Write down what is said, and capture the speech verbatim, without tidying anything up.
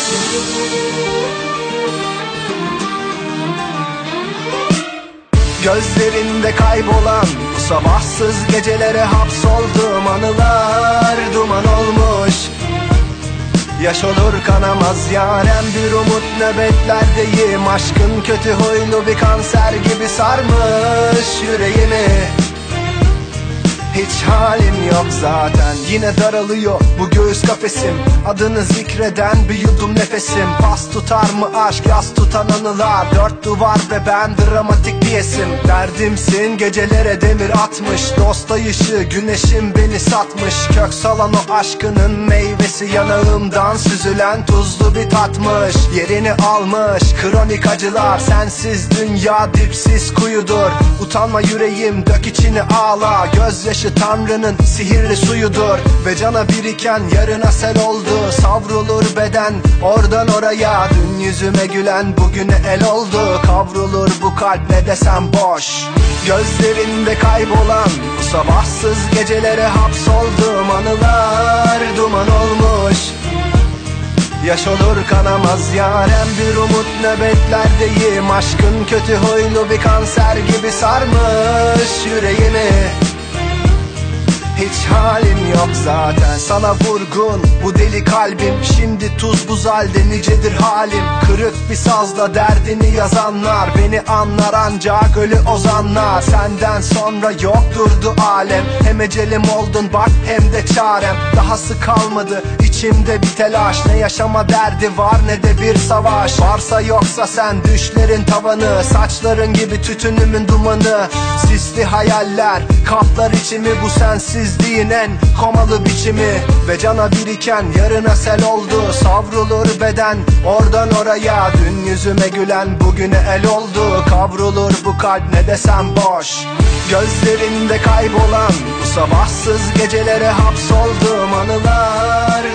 Gözlerinde kaybolan bu sabahsız gecelere hapsoldum. Anılar duman olmuş, yaş olur kanamaz yarem. Bir umut nöbetlerdeyim. Aşkın kötü huylu bir kanser gibi sarmış yüreğimi. Hiç halim yok zaten, yine daralıyor bu göğüs kafesim. Adını zikreden bir yudum nefesim. Pas tutar mı aşk, yas tutan anılar. Dört duvar ve ben dramatik piyesim. Derdimsin, gecelere demir atmış. Dost ayışı, güneşim beni satmış. Kök salan o aşkının meyvesi yanağımdan süzülen tuzlu bir tatmış. Yerini almış kronik acılar. Sensiz dünya dipsiz kuyudur. Utanma yüreğim, dök içini ağla. Gözyaşı Tanrı'nın sihirli suyudur. Ve cana biriken yarına sel oldu. Savrulur beden oradan oraya. Dün yüzüme gülen bugüne el oldu. Kavrulur bu kalp, ne desem boş. Gözlerinde kaybolan bu sabahsız gecelere hapsoldum. Anılar duman olmuş, yaş olur kanamaz yarem. Bir umut nöbetlerdeyim. Aşkın kötü huylu bir kanser gibi sarmış yüreğimi. Hiç halim yok zaten, sana vurgun bu deli kalbim. Şimdi tuz buz halde, nicedir halim. Kırık bir sazla derdini yazanlar beni anlar, ancak ölü ozanlar. Senden sonra yok durdu alem. Hem ecelim oldun bak, hem de çarem. Dahası kalmadı içimde bir telaş. Ne yaşama derdi var, ne de bir savaş. Varsa yoksa sen düşlerin tavanı. Saçların gibi tütünümün dumanı. Sisli hayaller kaplar içimi. Bu sensizliğin en komalı biçimi. Ve cana biriken yarına sel oldu. Savrulur beden oradan oraya. Dün yüzüme gülen bugüne el oldu. Kavrulur bu kalp, ne desem boş. Gözlerinde kaybolan bu sabahsız gecelere hapsoldum. Anılar